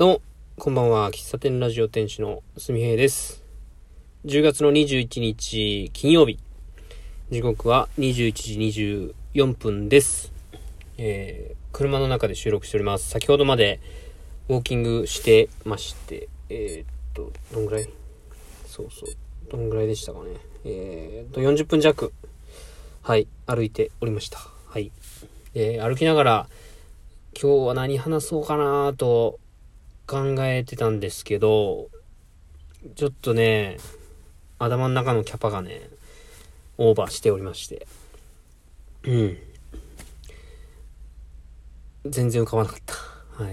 どうも、こんばんは。喫茶店ラジオ店主のすみへいです。10月の21日金曜日。時刻は21時24分です。車の中で収録しております。先ほどまでウォーキングしてまして、どんぐらいどんぐらいでしたかね。40分弱、はい、歩いておりました。はい。歩きながら、今日は何話そうかなと考えてたんですけど、ちょっとね、頭の中のキャパがね、オーバーしておりまして。全然浮かばなかった。はい。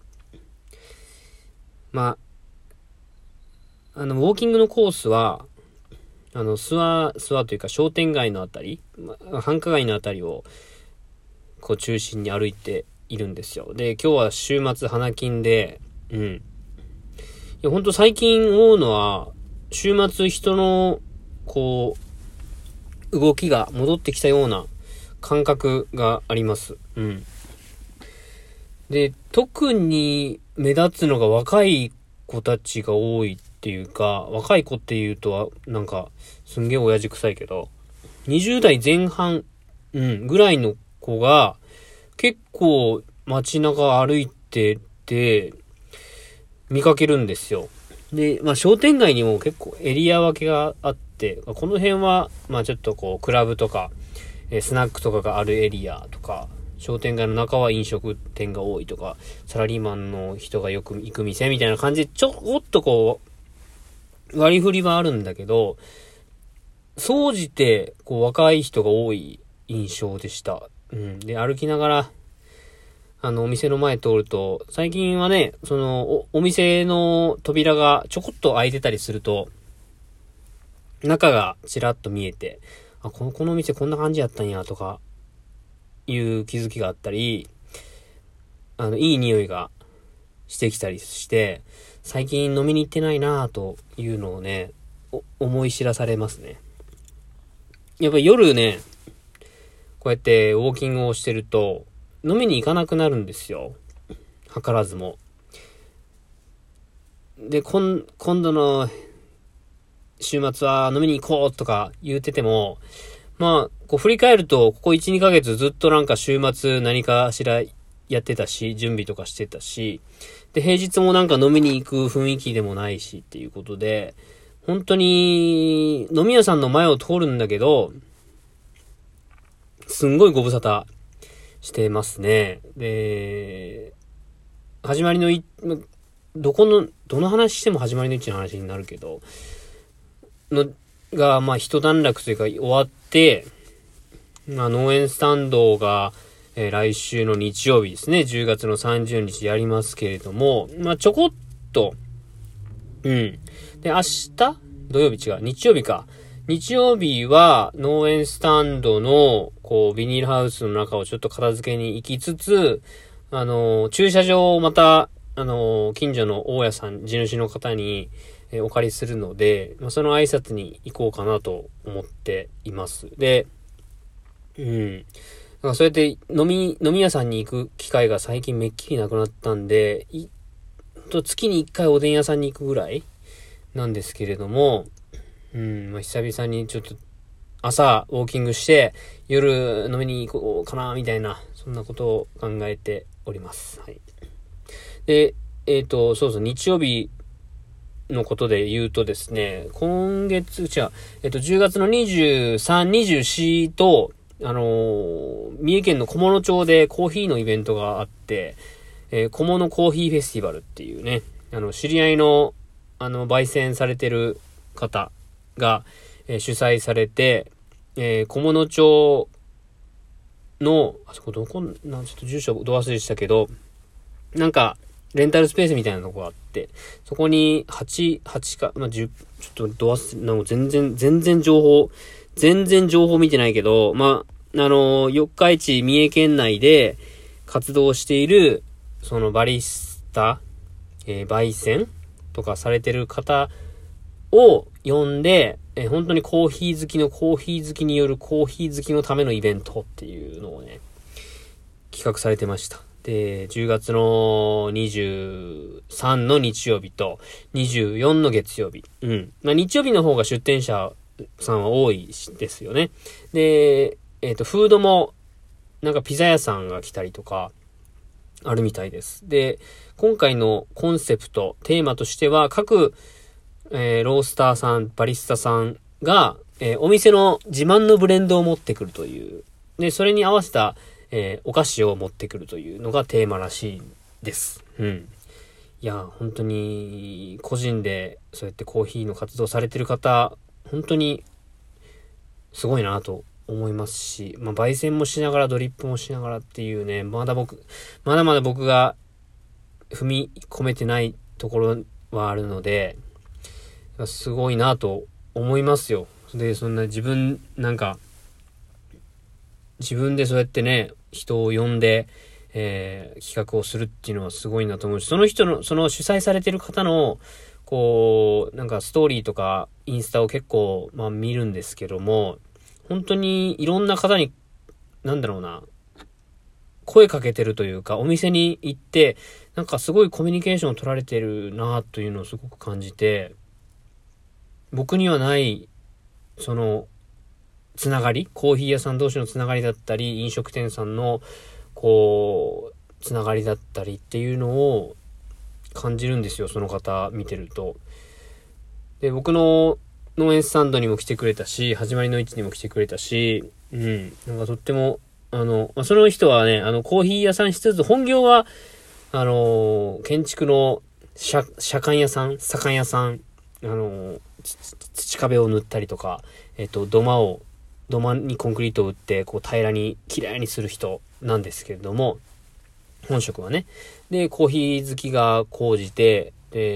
まあ、ウォーキングのコースは、諏訪というか商店街のあたり、繁華街のあたりを、こう中心に歩いているんですよ。で、今日は週末花金で、いや、ほんと最近思うのは、週末人の、こう、動きが戻ってきたような感覚があります。で、特に目立つのが若い子たちが多いっていうか、若い子っていうとは、なんか、すんげえ親父臭いけど、20代前半、ぐらいの子が、結構街中歩いてて、見かけるんですよ。で、商店街にも結構エリア分けがあって、この辺は、ちょっとこう、クラブとか、スナックとかがあるエリアとか、商店街の中は飲食店が多いとか、サラリーマンの人がよく行く店みたいな感じで、ちょこっとこう、割り振りはあるんだけど、総じて、こう、若い人が多い印象でした。で、歩きながら、お店の前通ると、最近はね、お店の扉がちょこっと開いてたりすると、中がちらっと見えて、この店こんな感じやったんや、とか、いう気づきがあったり、いい匂いがしてきたりして、最近飲みに行ってないなぁというのをね、思い知らされますね。やっぱり夜ね、こうやってウォーキングをしてると、飲みに行かなくなるんですよ。図らずも。で、今度の週末は飲みに行こうとか言ってても、こう振り返ると、ここ1、2ヶ月ずっとなんか週末何かしらやってたし、準備とかしてたし、で、平日もなんか飲みに行く雰囲気でもないしっていうことで、本当に飲み屋さんの前を通るんだけど、すんごいご無沙汰してますね。で、始まりのどの話しても始まりの位置の話になるけど、一段落というか終わって、農園スタンドが、来週の日曜日ですね、10月の30日やりますけれども、ちょこっと、で、明日土曜日違う、日曜日か。日曜日は農園スタンドのこうビニールハウスの中をちょっと片付けに行きつつ、駐車場をまた近所の大家さん、地主の方にお借りするので、その挨拶に行こうかなと思っています。で、そうやって飲み屋さんに行く機会が最近めっきりなくなったんで、月に1回おでん屋さんに行くぐらいなんですけれども、久々にちょっと朝ウォーキングして夜飲みに行こうかなみたいな、そんなことを考えております。はい。で、日曜日のことで言うとですね、10月の23、24と、三重県の菰野町でコーヒーのイベントがあって、菰野コーヒーフェスティバルっていうね、知り合いの、焙煎されてる方が、主催されて、菰野町の、ちょっと住所ど忘れしたけど、なんか、レンタルスペースみたいなとこがあって、そこに8か、10、ちょっとど忘れ、なんか全然情報見てないけど、四日市三重県内で活動している、そのバリスタ、焙煎とかされてる方を呼んで、本当にコーヒー好きによるコーヒー好きのためのイベントっていうのをね、企画されてました。で、10月の23 23の日曜日と24の月曜日。まあ、日曜日の方が出店者さんは多いですよね。で、フードも、なんかピザ屋さんが来たりとか、あるみたいです。で、今回のコンセプト、テーマとしては、各、ロースターさん、バリスタさんが、お店の自慢のブレンドを持ってくるという。で、それに合わせた、お菓子を持ってくるというのがテーマらしいです。いや、本当に、個人で、そうやってコーヒーの活動されてる方、本当に、すごいなと思いますし、まあ、焙煎もしながらドリップもしながらっていうね、まだまだ僕が踏み込めてないところはあるので、すごいなと思いますよ。で、そんな自分でそうやってね、人を呼んで、企画をするっていうのはすごいなと思うし、その主催されてる方の、こう、なんかストーリーとかインスタを結構、まあ見るんですけども、本当にいろんな方に、声かけてるというか、お店に行って、なんかすごいコミュニケーションを取られてるなというのをすごく感じて、僕にはない、つながり、コーヒー屋さん同士のつながりだったり、飲食店さんの、つながりだったりっていうのを感じるんですよ、その方見てると。で、僕の農園スタンドにも来てくれたし、始まりの位置にも来てくれたし、なんかとっても、その人はね、コーヒー屋さんしつつ、本業は、建築の左官屋さん、土壁を塗ったりとか、土間にコンクリートを打って、平らに、綺麗にする人なんですけれども、本職はね。で、コーヒー好きが高じて、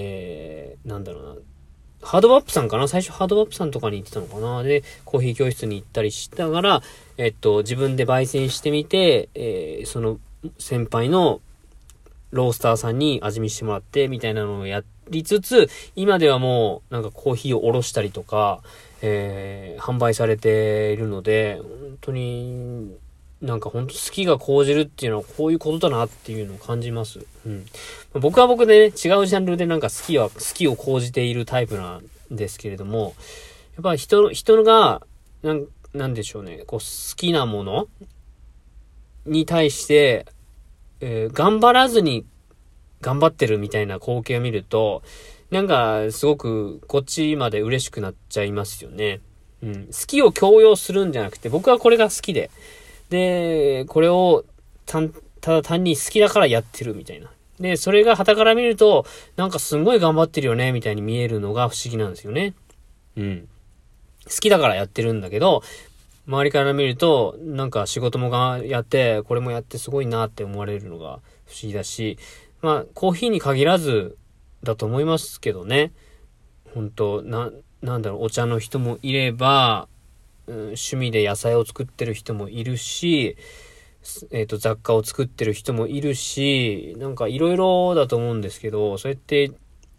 ハードバップさんかな、最初ハードバップさんとかに行ってたのかな。で、コーヒー教室に行ったりしながら、自分で焙煎してみて、その先輩のロースターさんに味見してもらって、みたいなのをやりつつ、今ではもう、なんかコーヒーをおろしたりとか、販売されているので、本当に、なんか本当好きが高じるっていうのはこういうことだなっていうのを感じます。僕は僕でね、違うジャンルでなんか好きを高じているタイプなんですけれども、やっぱり人が、なんでしょうね、好きなものに対して、頑張らずに頑張ってるみたいな光景を見ると、なんかすごくこっちまで嬉しくなっちゃいますよね。好きを強要するんじゃなくて、僕はこれが好きで、これをただ単に好きだからやってるみたいな。で、それが傍から見ると、なんかすんごい頑張ってるよね、みたいに見えるのが不思議なんですよね。好きだからやってるんだけど、周りから見ると、なんか仕事もやって、これもやってすごいなって思われるのが不思議だし、まあ、コーヒーに限らずだと思いますけどね。本当お茶の人もいれば、趣味で野菜を作ってる人もいるし、雑貨を作ってる人もいるし、なんかいろいろだと思うんですけど、そうやって、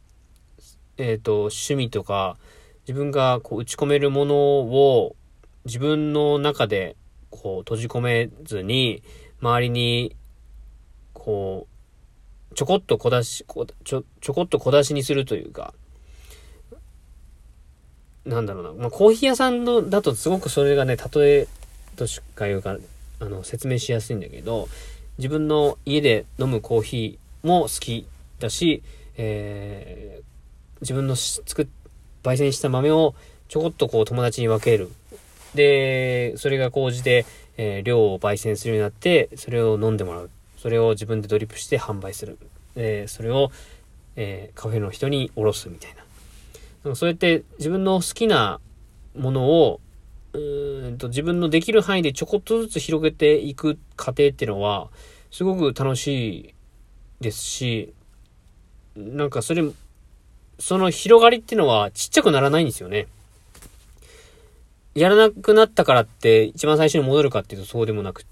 趣味とか、自分が打ち込めるものを自分の中で閉じ込めずに、周りにちょこっと小出しにするというか、まあ、コーヒー屋さんだとすごくそれがね、例えとしかいうか、説明しやすいんだけど、自分の家で飲むコーヒーも好きだし、自分の焙煎した豆をちょこっと友達に分ける。で、それが高じて、量を焙煎するようになって、それを飲んでもらう。それを自分でドリップして販売する。それを、カフェの人におろすみたいな。そうやって自分の好きなものを自分のできる範囲でちょこっとずつ広げていく過程っていうのはすごく楽しいですし、なんかその広がりっていうのはちっちゃくならないんですよね。やらなくなったからって一番最初に戻るかっていうとそうでもなくって、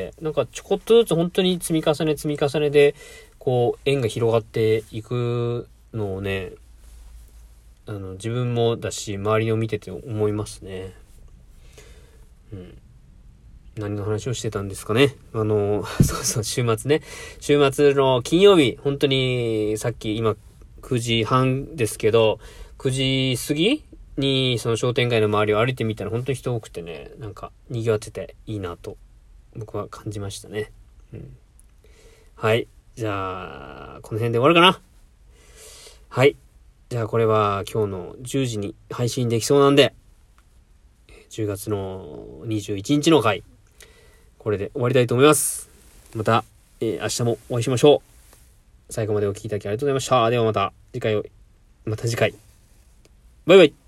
なんかちょこっとずつ本当に積み重ねで円が広がっていくのをね、自分もだし周りを見てて思いますね。 何の話をしてたんですかね。週末ね。週末の金曜日、本当に、さっき今9時半ですけど、9時過ぎにその商店街の周りを歩いてみたら本当に人多くてね、なんか賑わってていいなと、僕は感じましたね。はい。じゃあ、この辺で終わるかな。はい。じゃあこれは今日の10時に配信できそうなんで、10月の21日の回、これで終わりたいと思います。また、明日もお会いしましょう。最後までお聞きいただきありがとうございました。ではまた次回。バイバイ。